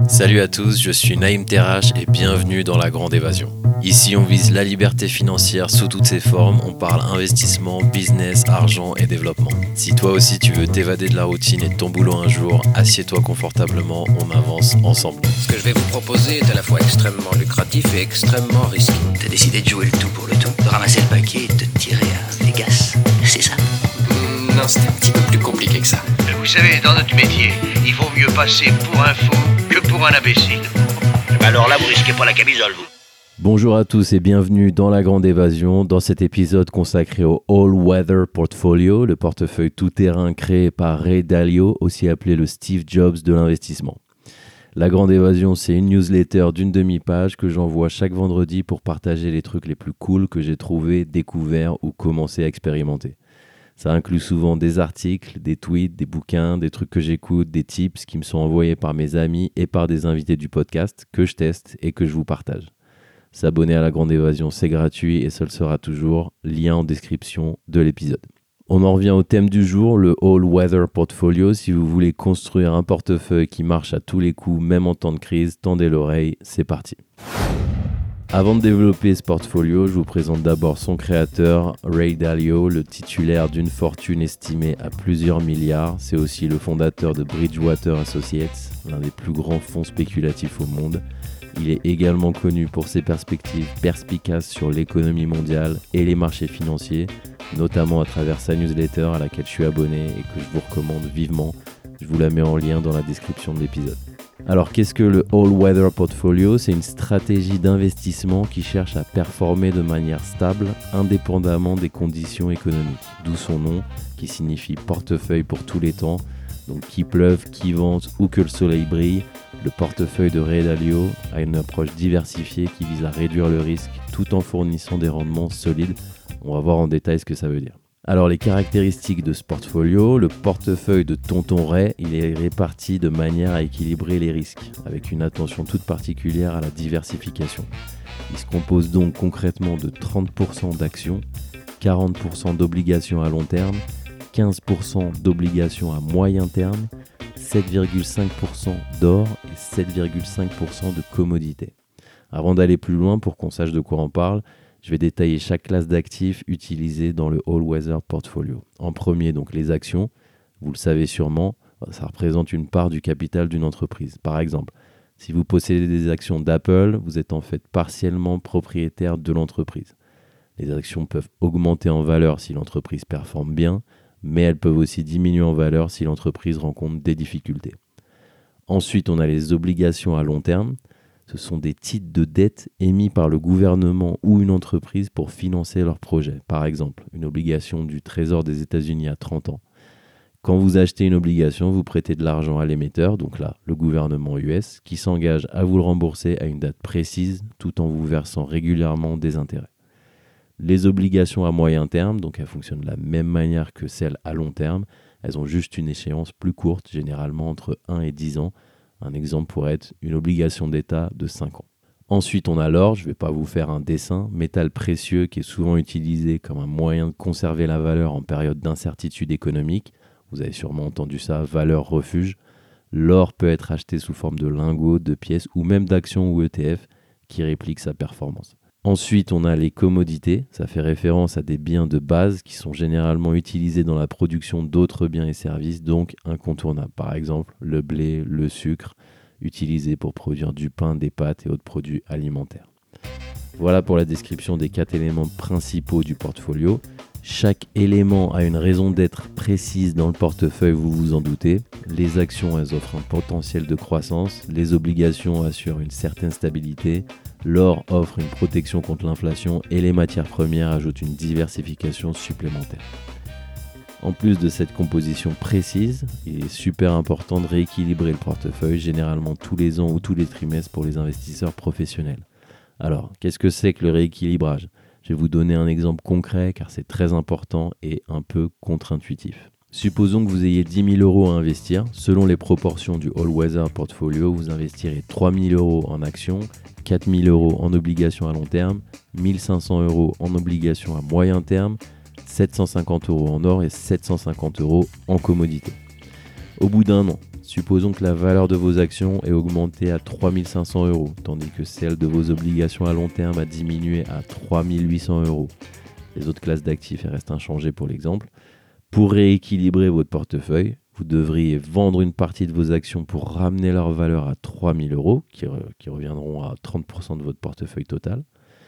Salut à tous, je suis Naïm Terrache et bienvenue dans La Grande Évasion. Ici on vise la liberté financière sous toutes ses formes, on parle investissement, business, argent et développement. Si toi aussi tu veux t'évader de la routine et de ton boulot un jour, assieds-toi confortablement, on avance ensemble. Ce que je vais vous proposer est à la fois extrêmement lucratif et extrêmement risqué. T'as décidé de jouer le tout pour le tout, de ramasser le paquet et de te tirer à Vegas, c'est ça? Non, c'était un petit peu plus compliqué que ça. Vous savez, dans notre métier, il vaut mieux passer pour un fou que pour un imbécile. Alors là, vous risquez pas la camisole, vous. Bonjour à tous et bienvenue dans La Grande Évasion, dans cet épisode consacré au All Weather Portfolio, le portefeuille tout-terrain créé par Ray Dalio, aussi appelé le Steve Jobs de l'investissement. La Grande Évasion, c'est une newsletter d'une demi-page que j'envoie chaque vendredi pour partager les trucs les plus cool que j'ai trouvés, découverts ou commencé à expérimenter. Ça inclut souvent des articles, des tweets, des bouquins, des trucs que j'écoute, des tips qui me sont envoyés par mes amis et par des invités du podcast que je teste et que je vous partage. S'abonner à La Grande Évasion, c'est gratuit et ce le sera toujours. Lien en description de l'épisode. On en revient au thème du jour, le All Weather Portfolio. Si vous voulez construire un portefeuille qui marche à tous les coups, même en temps de crise, tendez l'oreille, c'est parti. Avant de développer ce portfolio, je vous présente d'abord son créateur, Ray Dalio, le titulaire d'une fortune estimée à plusieurs milliards. C'est aussi le fondateur de Bridgewater Associates, l'un des plus grands fonds spéculatifs au monde. Il est également connu pour ses perspectives perspicaces sur l'économie mondiale et les marchés financiers, notamment à travers sa newsletter à laquelle je suis abonné et que je vous recommande vivement. Je vous la mets en lien dans la description de l'épisode. Alors, qu'est-ce que le All Weather Portfolio ? C'est une stratégie d'investissement qui cherche à performer de manière stable, indépendamment des conditions économiques. D'où son nom, qui signifie portefeuille pour tous les temps. Donc, qu'il pleuve, qu'il vente ou que le soleil brille, le portefeuille de Ray Dalio a une approche diversifiée qui vise à réduire le risque tout en fournissant des rendements solides. On va voir en détail ce que ça veut dire. Alors les caractéristiques de ce portfolio, le portefeuille de Tonton Ray, il est réparti de manière à équilibrer les risques, avec une attention toute particulière à la diversification. Il se compose donc concrètement de 30% d'actions, 40% d'obligations à long terme, 15% d'obligations à moyen terme, 7,5% d'or et 7,5% de commodités. Avant d'aller plus loin, pour qu'on sache de quoi on parle, je vais détailler chaque classe d'actifs utilisée dans le All Weather Portfolio. En premier, donc les actions. Vous le savez sûrement, ça représente une part du capital d'une entreprise. Par exemple, si vous possédez des actions d'Apple, vous êtes en fait partiellement propriétaire de l'entreprise. Les actions peuvent augmenter en valeur si l'entreprise performe bien, mais elles peuvent aussi diminuer en valeur si l'entreprise rencontre des difficultés. Ensuite, on a les obligations à long terme. Ce sont des titres de dette émis par le gouvernement ou une entreprise pour financer leur projet. Par exemple, une obligation du Trésor des États-Unis à 30 ans. Quand vous achetez une obligation, vous prêtez de l'argent à l'émetteur, donc là, le gouvernement US, qui s'engage à vous le rembourser à une date précise tout en vous versant régulièrement des intérêts. Les obligations à moyen terme, donc elles fonctionnent de la même manière que celles à long terme. Elles ont juste une échéance plus courte, généralement entre 1 et 10 ans. Un exemple pourrait être une obligation d'État de 5 ans. Ensuite, on a l'or, je ne vais pas vous faire un dessin, métal précieux qui est souvent utilisé comme un moyen de conserver la valeur en période d'incertitude économique. Vous avez sûrement entendu ça, valeur refuge. L'or peut être acheté sous forme de lingots, de pièces ou même d'actions ou ETF qui répliquent sa performance. Ensuite, on a les commodités. Ça fait référence à des biens de base qui sont généralement utilisés dans la production d'autres biens et services, donc incontournables. Par exemple, le blé, le sucre, utilisés pour produire du pain, des pâtes et autres produits alimentaires. Voilà pour la description des 4 éléments principaux du portfolio. Chaque élément a une raison d'être précise dans le portefeuille, vous vous en doutez. Les actions, elles offrent un potentiel de croissance. Les obligations assurent une certaine stabilité. L'or offre une protection contre l'inflation et les matières premières ajoutent une diversification supplémentaire. En plus de cette composition précise, il est super important de rééquilibrer le portefeuille, généralement tous les ans ou tous les trimestres pour les investisseurs professionnels. Alors, qu'est-ce que c'est que le rééquilibrage ? Je vais vous donner un exemple concret car c'est très important et un peu contre-intuitif. Supposons que vous ayez 10 000 euros à investir. Selon les proportions du All Weather Portfolio, vous investirez 3 000 euros en actions, 4 000 euros en obligations à long terme, 1 500 euros en obligations à moyen terme, 750 euros en or et 750 euros en commodités. Au bout d'un an, Supposons que la valeur de vos actions ait augmenté à 3 500 €, tandis que celle de vos obligations à long terme a diminué à 3 800 €. Les autres classes d'actifs restent inchangées pour l'exemple. Pour rééquilibrer votre portefeuille, vous devriez vendre une partie de vos actions pour ramener leur valeur à 3 000 €, qui reviendront à 30% de votre portefeuille total,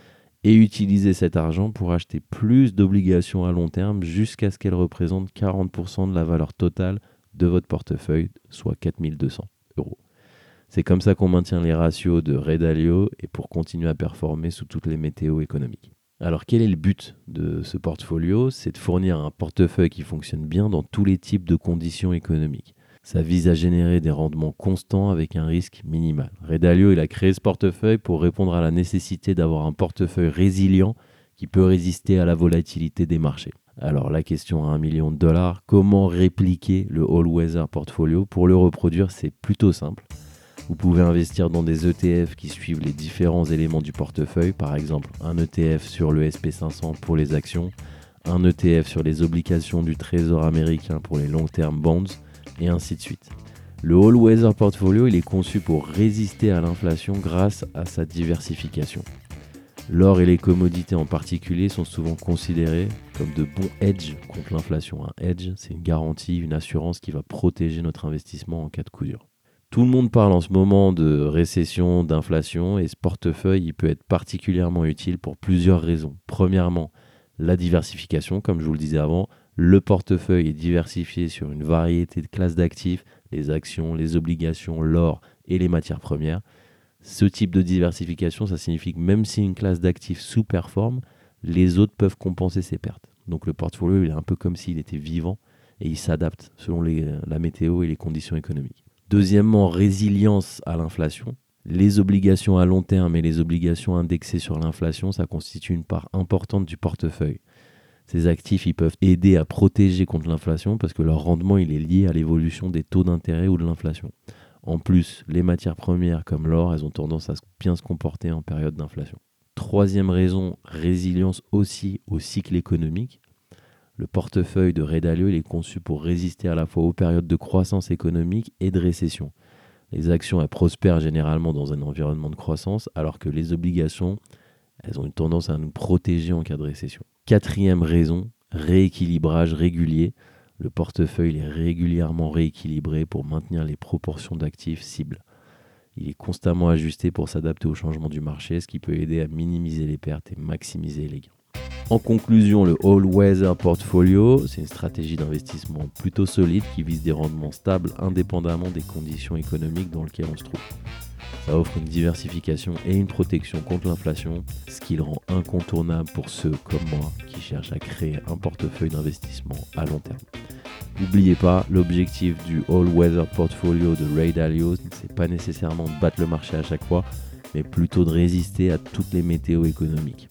et utiliser cet argent pour acheter plus d'obligations à long terme jusqu'à ce qu'elles représentent 40% de la valeur totale de votre portefeuille, soit 4 200 €. C'est comme ça qu'on maintient les ratios de Ray Dalio et pour continuer à performer sous toutes les météos économiques. Alors quel est le but de ce portfolio ? C'est de fournir un portefeuille qui fonctionne bien dans tous les types de conditions économiques. Ça vise à générer des rendements constants avec un risque minimal. Ray Dalio, il a créé ce portefeuille pour répondre à la nécessité d'avoir un portefeuille résilient qui peut résister à la volatilité des marchés. Alors la question à $1 million, comment répliquer le All Weather Portfolio ? Pour le reproduire, c'est plutôt simple. Vous pouvez investir dans des ETF qui suivent les différents éléments du portefeuille, par exemple un ETF sur le SP500 pour les actions, un ETF sur les obligations du Trésor américain pour les long-term bonds, et ainsi de suite. Le All Weather Portfolio, il est conçu pour résister à l'inflation grâce à sa diversification. L'or et les commodités en particulier sont souvent considérés comme de bons hedges contre l'inflation. Un hedge, c'est une garantie, une assurance qui va protéger notre investissement en cas de coup dur. Tout le monde parle en ce moment de récession, d'inflation, et ce portefeuille il peut être particulièrement utile pour plusieurs raisons. Premièrement, la diversification, comme je vous le disais avant. Le portefeuille est diversifié sur une variété de classes d'actifs, les actions, les obligations, l'or et les matières premières. Ce type de diversification, ça signifie que même si une classe d'actifs sous-performe, les autres peuvent compenser ses pertes. Donc le portfolio, il est un peu comme s'il était vivant et il s'adapte selon la météo et les conditions économiques. Deuxièmement, résilience à l'inflation. Les obligations à long terme et les obligations indexées sur l'inflation, ça constitue une part importante du portefeuille. Ces actifs, ils peuvent aider à protéger contre l'inflation parce que leur rendement, il est lié à l'évolution des taux d'intérêt ou de l'inflation. En plus, les matières premières comme l'or, elles ont tendance à bien se comporter en période d'inflation. Troisième raison, résilience aussi au cycle économique. Le portefeuille de Ray Dalio, il est conçu pour résister à la fois aux périodes de croissance économique et de récession. Les actions, elles prospèrent généralement dans un environnement de croissance, alors que les obligations, elles ont une tendance à nous protéger en cas de récession. Quatrième raison, rééquilibrage régulier. Le portefeuille est régulièrement rééquilibré pour maintenir les proportions d'actifs cibles. Il est constamment ajusté pour s'adapter aux changements du marché, ce qui peut aider à minimiser les pertes et maximiser les gains. En conclusion, le All Weather Portfolio, c'est une stratégie d'investissement plutôt solide qui vise des rendements stables indépendamment des conditions économiques dans lesquelles on se trouve. Ça offre une diversification et une protection contre l'inflation, ce qui le rend incontournable pour ceux comme moi qui cherchent à créer un portefeuille d'investissement à long terme. N'oubliez pas, l'objectif du All Weather Portfolio de Ray Dalio, c'est pas nécessairement de battre le marché à chaque fois, mais plutôt de résister à toutes les météos économiques.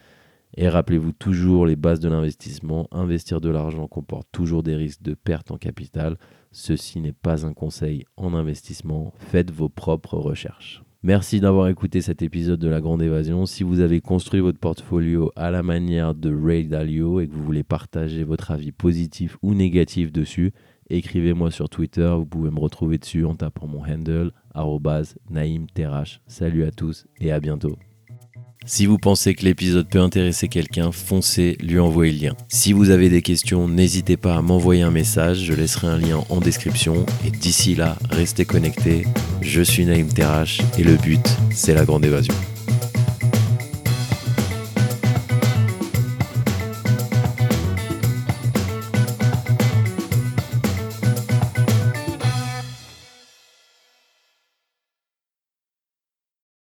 Et rappelez-vous toujours les bases de l'investissement, investir de l'argent comporte toujours des risques de perte en capital. Ceci n'est pas un conseil en investissement, faites vos propres recherches. Merci d'avoir écouté cet épisode de La Grande Évasion. Si vous avez construit votre portfolio à la manière de Ray Dalio et que vous voulez partager votre avis positif ou négatif dessus, écrivez-moi sur Twitter, vous pouvez me retrouver dessus en tapant mon handle @naimterach. Salut à tous et à bientôt. Si vous pensez que l'épisode peut intéresser quelqu'un, foncez lui envoyer le lien. Si vous avez des questions, n'hésitez pas à m'envoyer un message, je laisserai un lien en description. Et d'ici là, restez connectés. Je suis Naim Terach et le but, c'est la grande évasion.